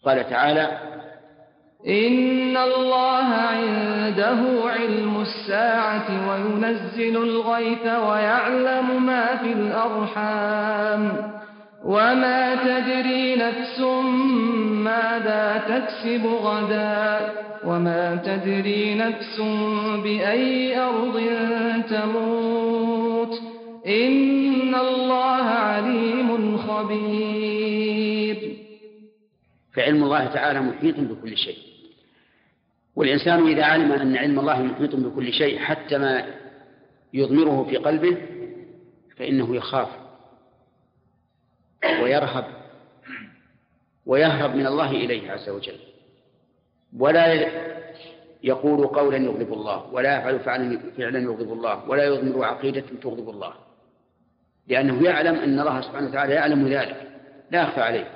قال تعالى: إن الله عنده علم الساعة وينزل الغيث ويعلم ما في الأرحام وما تدري نفس ماذا تكسب غدا وما تدري نفس بأي أرض تموت إن الله عليم خبير. فعلم الله تعالى محيط بكل شيء، والإنسان إذا علم أن علم الله محيط بكل شيء حتى ما يضمره في قلبه فإنه يخاف ويهرب من الله إليه عز وجل، ولا يقول قولا يغضب الله، ولا يفعل فعلا يغضب الله، ولا يضمر عقيدة تغضب الله، لأنه يعلم أن الله سبحانه وتعالى يعلم ذلك لا يخفى عليه.